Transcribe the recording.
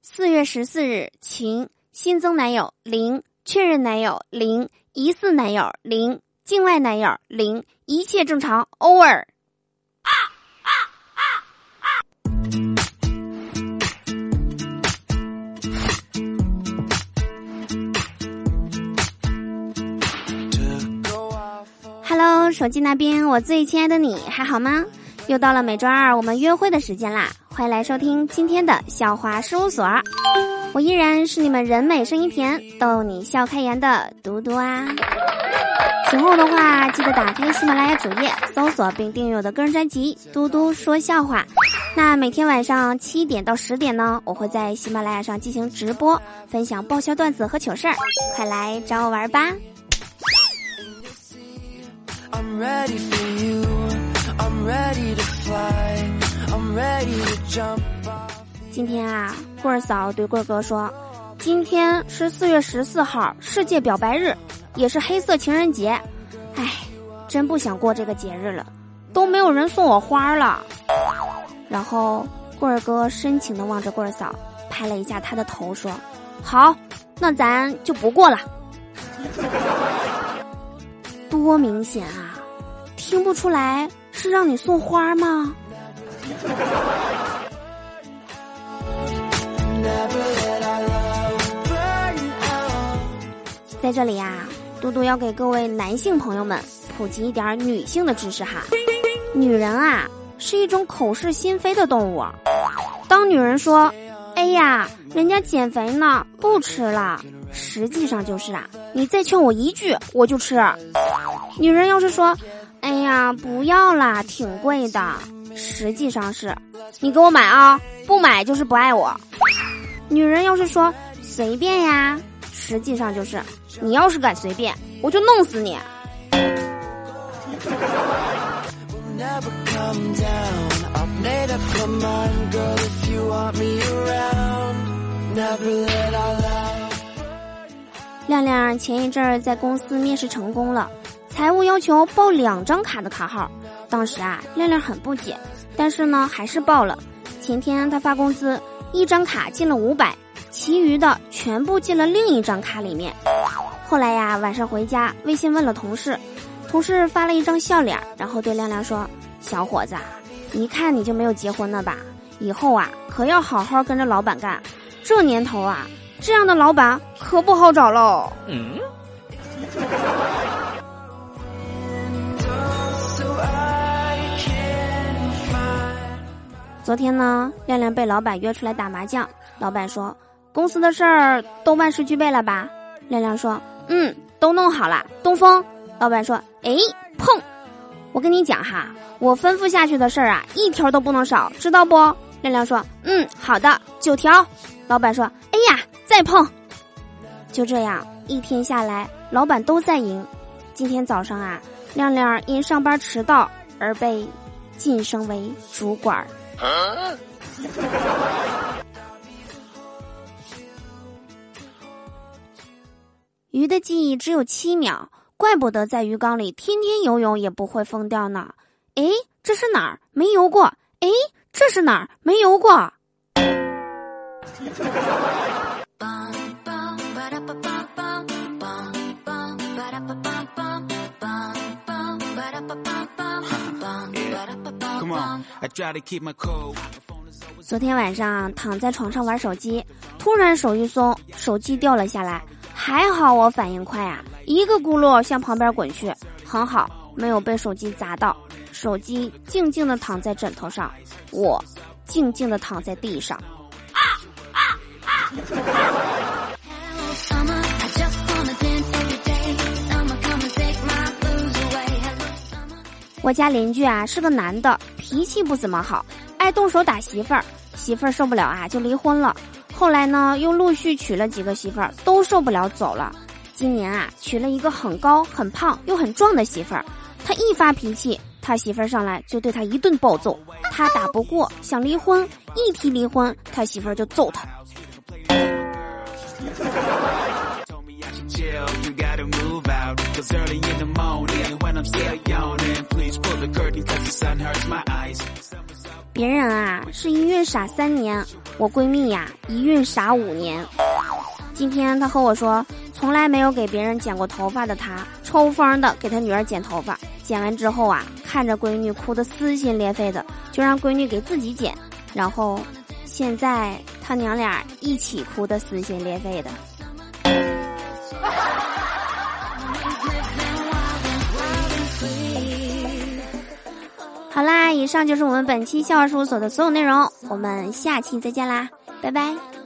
4月14日晴，新增男友0，确认男友0，疑似男友0，境外男友0，一切正常 over。Hello， 手机那边我最亲爱的你还好吗？又到了每周二我们约会的时间啦，欢迎来收听今天的笑话事务所。我依然是你们人美声音甜逗你笑开颜的嘟嘟啊。喜欢我的话记得打开喜马拉雅主页搜索并订阅我的个人专辑嘟嘟说笑话。那每天晚上7点到10点呢，我会在喜马拉雅上进行直播，分享爆笑段子和糗事儿，快来找我玩吧。I'm ready for you. I'm ready to fly. I'm ready to jump off. 今天啊，棍儿嫂对棍儿哥说，今天是4月14号，世界表白日，也是黑色情人节。唉，真不想过这个节日了，都没有人送我花了。然后棍儿哥深情地望着棍儿嫂，拍了一下她的头说，好，那咱就不过了。多明显啊，听不出来是让你送花吗？在这里啊，嘟嘟要给各位男性朋友们普及一点女性的知识哈。女人啊是一种口是心非的动物，当女人说哎呀人家减肥呢不吃了，实际上就是啊你再劝我一句我就吃。女人要是说哎呀不要啦挺贵的，实际上是你给我买啊，不买就是不爱我。女人要是说随便呀，实际上就是你要是敢随便我就弄死你。亮亮前一阵儿在公司面试成功了，财务要求报2张卡的卡号，当时啊亮亮很不解，但是呢还是报了。前天他发工资，1张卡进了500，其余的全部进了另一张卡里面。后来呀晚上回家微信问了同事，同事发了一张笑脸，然后对亮亮说，小伙子一看你就没有结婚了吧，以后啊可要好好跟着老板干，这年头啊这样的老板可不好找喽。昨天呢，亮亮被老板约出来打麻将，老板说公司的事儿都万事俱备了吧？亮亮说都弄好了。东风。老板说哎碰，我跟你讲哈，我吩咐下去的事儿啊一条都不能少，知道不？亮亮说好的9条。老板说哎呀再碰。就这样一天下来老板都在赢。今天早上啊，亮亮因上班迟到而被晋升为主管。鱼的记忆只有7秒，怪不得在鱼缸里天天游泳也不会疯掉呢。诶，这是哪儿？没游过。诶，这是哪儿？没游过。昨天晚上躺在床上玩手机，突然手一松，手机掉了下来，还好我反应快啊，一个轱辘向旁边滚去，很好没有被手机砸到。手机静静地躺在枕头上，我静静地躺在地上。我家邻居啊是个男的，脾气不怎么好，爱动手打媳妇儿，媳妇儿受不了啊就离婚了。后来呢又陆续娶了几个媳妇儿，都受不了走了。今年啊娶了一个很高很胖又很壮的媳妇儿，他一发脾气，他媳妇儿上来就对他一顿暴揍，他打不过想离婚，一提离婚他媳妇儿就揍他。 别人啊是一孕傻3年，我闺蜜呀一孕傻5年。今天她和我说，从来没有给别人剪过头发的她，抽风的给她女儿剪头发，剪完之后啊，看着闺女哭得撕心裂肺的，就让闺女给自己剪，然后现在他娘俩一起哭得撕心裂肺的。好啦，以上就是我们本期笑话事务所的所有内容，我们下期再见啦，拜拜。